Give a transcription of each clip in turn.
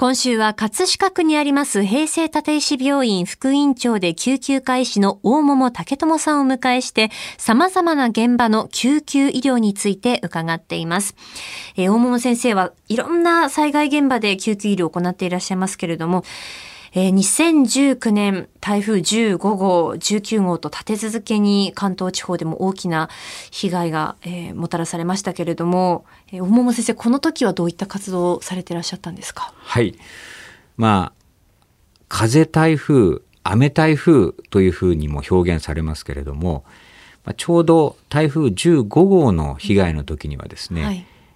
今週は葛飾区にあります平成立石病院副院長で救急科医師の大桃武智さんをお迎えして様々な現場の救急医療について伺っています。大桃先生はいろんな災害現場で救急医療を行っていらっしゃいますけれども、2019年台風15号、19号と立て続けに関東地方でも大きな被害が、もたらされましたけれども、大桃先生、この時はどういった活動をされていらっしゃったんですか？ はい。風台風、雨台風というふうにも表現されますけれども、ちょうど台風15号の被害の時にはですね、はい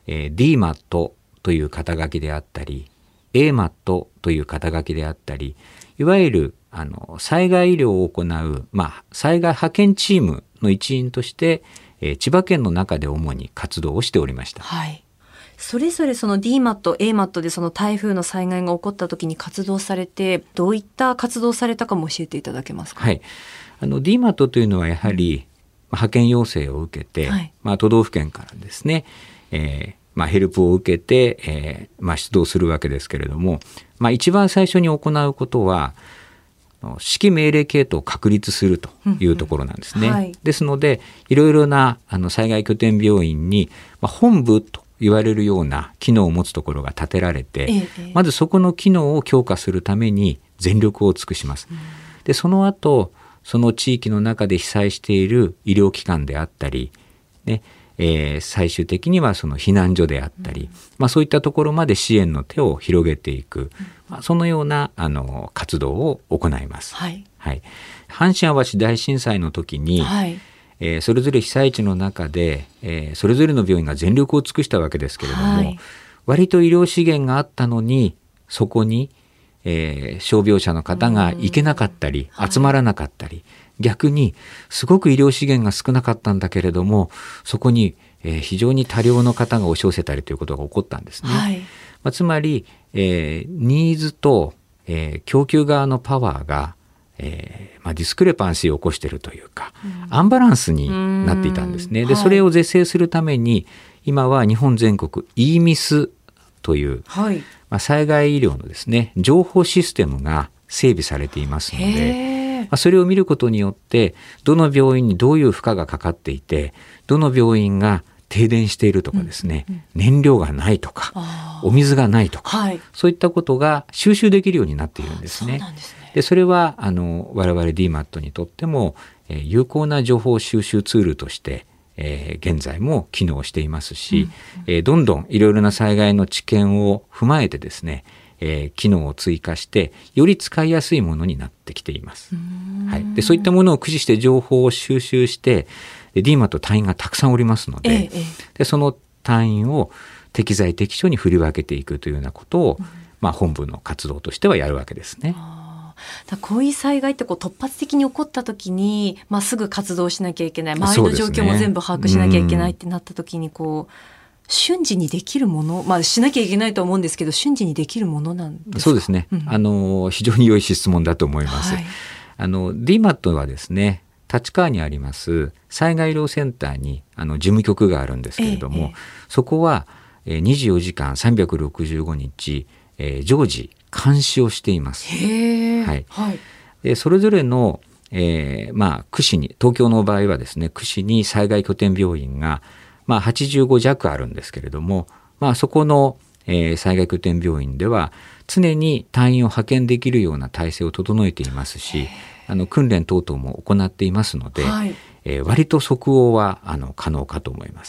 、DMAT という肩書きであったり、AMAT という肩書きであったり、いわゆる災害医療を行う、災害派遣チームの一員として、千葉県の中で主に活動をしておりました。 はい。それぞれその DMAT、AMAT でその台風の災害が起こった時に活動されて、どういった活動をされたかも教えていただけますか？ はい。DMAT というのはやはり、派遣要請を受けて、はい、都道府県からですね、ヘルプを受けて、出動するわけですけれども、一番最初に行うことは指揮命令系統を確立するというところなんですね。はい、ですのでいろいろな災害拠点病院に、本部と言われるような機能を持つところが建てられて、まずそこの機能を強化するために全力を尽くします。でその後その地域の中で被災している医療機関であったり、ね、最終的にはその避難所であったり、そういったところまで支援の手を広げていく、そのような活動を行います。 はいはい、阪神・淡路大震災の時に、はいそれぞれ被災地の中で、それぞれの病院が全力を尽くしたわけですけれども、はい、割と医療資源があったのにそこに、傷病者の方が行けなかったり、集まらなかったり、逆にすごく医療資源が少なかったんだけれどもそこに、非常に多量の方が押し寄せたりということが起こったんですね。はいつまり、ニーズと、供給側のパワーが、ディスクレパンシーを起こしているというか、アンバランスになっていたんですね。でそれを是正するために今は日本全国 EMIS という、はい災害医療のですね情報システムが整備されていますのでそれを見ることによってどの病院にどういう負荷がかかっていてどの病院が停電しているとかですね、燃料がないとかお水がないとか、はい、そういったことが収集できるようになっているんですね。 そうなんですね。 でそれは我々 DMAT にとっても、有効な情報収集ツールとして、現在も機能していますし、どんどんいろいろな災害の知見を踏まえてですね、機能を追加してより使いやすいものになってきています。はい、でそういったものを駆使して情報を収集してDMAT 隊員がたくさんおりますので、でその隊員を適材適所に振り分けていくというようなことを、本部の活動としてはやるわけですね。 こういう災害って突発的に起こった時に、すぐ活動しなきゃいけない周りの状況も全部把握しなきゃいけないってなった時に瞬時にできるもの、しなきゃいけないと思うんですけど瞬時にできるものなんですか？ そうですね、非常に良い質問だと思います。はい、DMAT はですね立川にあります災害医療センターに事務局があるんですけれども、そこは24時間365日、常時監視をしています。はいはい、でそれぞれの、区市に東京の場合はですね区市に災害拠点病院が、85弱あるんですけれども、そこの、災害拠点病院では常に隊員を派遣できるような体制を整えていますし訓練等々も行っていますので、はい割と即応は可能かと思います。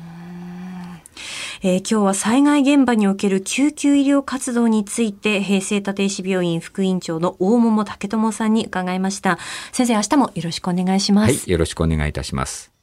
今日は災害現場における救急医療活動について平成立石病院副院長の大桃武智さんに伺いました。先生、明日もよろしくお願いします。 はい、よろしくお願いいたします。